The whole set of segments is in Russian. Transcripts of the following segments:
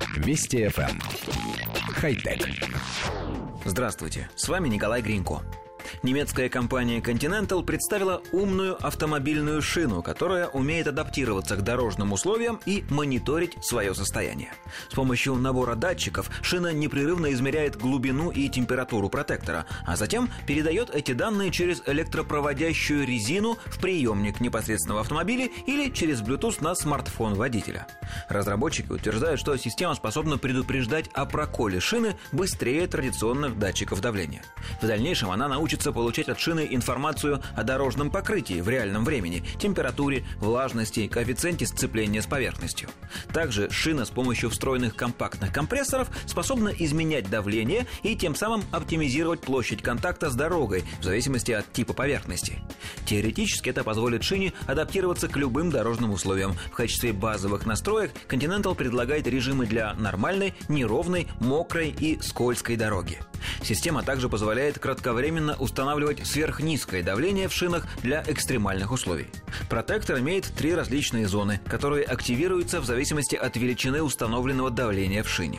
Вести ФМ. Хай-тек. Здравствуйте, с вами Николай Гринько. Немецкая компания Continental представила умную автомобильную шину, которая умеет адаптироваться к дорожным условиям и мониторить свое состояние. С помощью набора датчиков шина непрерывно измеряет глубину и температуру протектора, а затем передает эти данные через электропроводящую резину в приемник непосредственно в автомобиле или через Bluetooth на смартфон водителя. Разработчики утверждают, что система способна предупреждать о проколе шины быстрее традиционных датчиков давления. В дальнейшем она научится получать от шины информацию о дорожном покрытии в реальном времени, температуре, влажности, коэффициенте сцепления с поверхностью. Также шина с помощью встроенных компактных компрессоров способна изменять давление и тем самым оптимизировать площадь контакта с дорогой в зависимости от типа поверхности. Теоретически это позволит шине адаптироваться к любым дорожным условиям. В качестве базовых настроек Continental предлагает режимы для нормальной, неровной, мокрой и скользкой дороги. Система также позволяет кратковременно устанавливать сверхнизкое давление в шинах для экстремальных условий. Протектор имеет 3 различные зоны, которые активируются в зависимости от величины установленного давления в шине.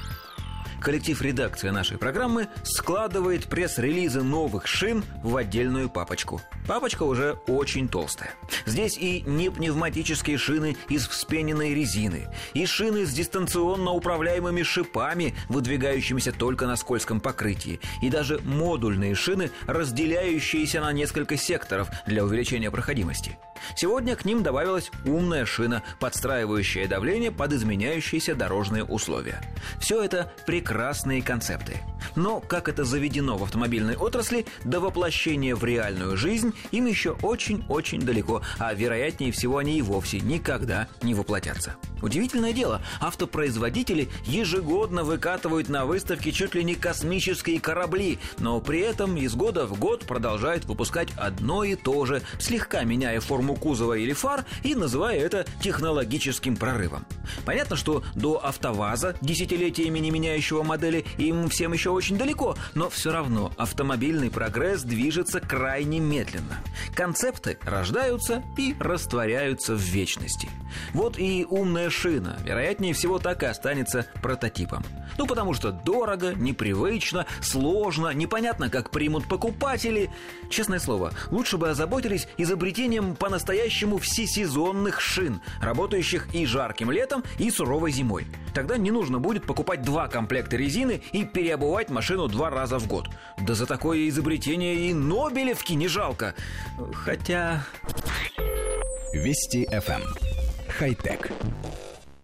Коллектив редакции нашей программы складывает пресс-релизы новых шин в отдельную папочку. Папочка уже очень толстая. Здесь и непневматические шины из вспененной резины, и шины с дистанционно управляемыми шипами, выдвигающимися только на скользком покрытии, и даже модульные шины, разделяющиеся на несколько секторов для увеличения проходимости. Сегодня к ним добавилась умная шина, подстраивающая давление под изменяющиеся дорожные условия. Все это прекрасные концепты. Но, как это заведено в автомобильной отрасли, до воплощения в реальную жизнь им еще очень-очень далеко, а вероятнее всего они и вовсе никогда не воплотятся. Удивительное дело, автопроизводители ежегодно выкатывают на выставке чуть ли не космические корабли, но при этом из года в год продолжают выпускать одно и то же, слегка меняя форму кузова или фар и называя это технологическим прорывом. Понятно, что до АвтоВАЗа, десятилетиями не меняющего модели, им всем еще очень далеко, но все равно автомобильный прогресс движется крайне медленно. Концепты рождаются и растворяются в вечности. Вот и умная шина, вероятнее всего, так и останется прототипом. Потому что дорого, непривычно, сложно, непонятно, как примут покупатели. Честное слово, лучше бы озаботились изобретением по-настоящему всесезонных шин, работающих и жарким летом, и суровой зимой. Тогда не нужно будет покупать 2 комплекта резины и переобувать машину 2 раза в год. Да за такое изобретение и Нобелевки не жалко. Хотя... Вести ФМ. Хай-тек.